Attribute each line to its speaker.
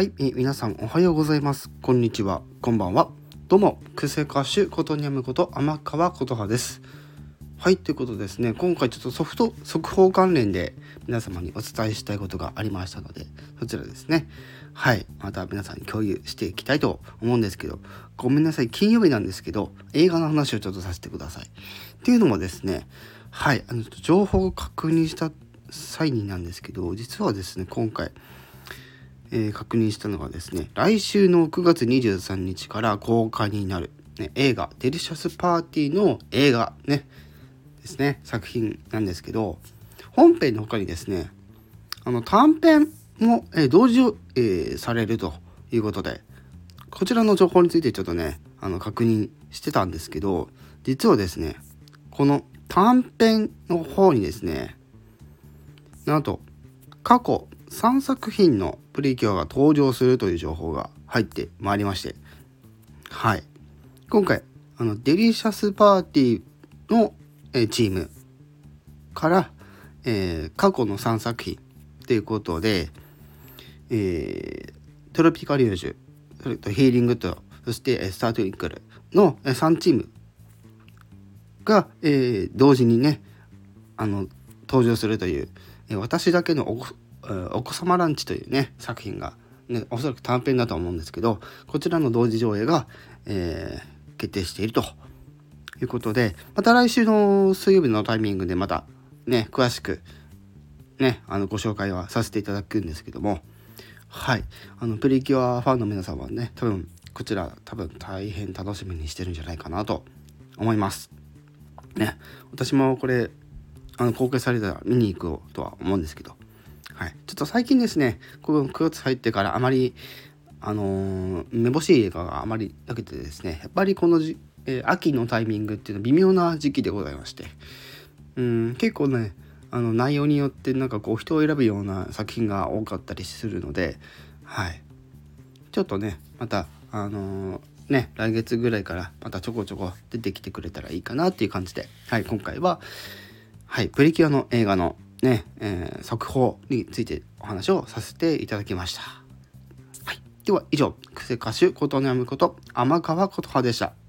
Speaker 1: はい、皆さんおはようございます。こんにちは、こんばんは。どうも、クセ歌手ことにゃむこと天川琴葉です。はい、ということですね、今回ちょっと速報関連で皆様にお伝えしたいことがありましたので、そちらですね、はい、また皆さんに共有していきたいと思うんですけど、ごめんなさい、金曜日なんですけど、映画の話をちょっとさせてください。っていうのもですね、はい、情報を確認した際になんですけど、実はですね、今回、確認したのがですね、来週の9月23日から公開になる、映画デリシャスパーティーの映画ねですね、作品なんですけど、本編の他にですね、短編も、同時、されるということで、こちらの情報についてちょっとね確認してたんですけど、実はですね、この短編の方にですね、なんと過去3作品のプリキュアが登場するという情報が入ってまいりまして、はい、今回デリシャスパーティーの、チームから、過去の3作品ということで、トロピカリュージュ、それとヒーリングと、そしてスタートウィンクルの3チームが、同時にね登場するという、私だけのお子様ランチというね作品が、ね、おそらく短編だと思うんですけど、こちらの同時上映が、決定しているということで、また来週の水曜日のタイミングでまたね詳しくねご紹介はさせていただくんですけども、はい、プリキュアファンの皆さんはねこちら大変楽しみにしてるんじゃないかなと思いますね。私もこれ公開されたら見に行こうとは思うんですけど、はい、ちょっと最近ですね、この9月入ってからあまりめぼしい映画があまりなくてですね、やっぱりこの秋のタイミングっていうのは微妙な時期でございまして、結構ね内容によってなんかこう人を選ぶような作品が多かったりするので、はい、ちょっとねまた来月ぐらいからまたちょこちょこ出てきてくれたらいいかなっていう感じで、はい、今回は、はい、プリキュアの映画のね、速報についてお話をさせていただきました。はい、では以上、クセ歌手ことにゃむこと天川琴葉でした。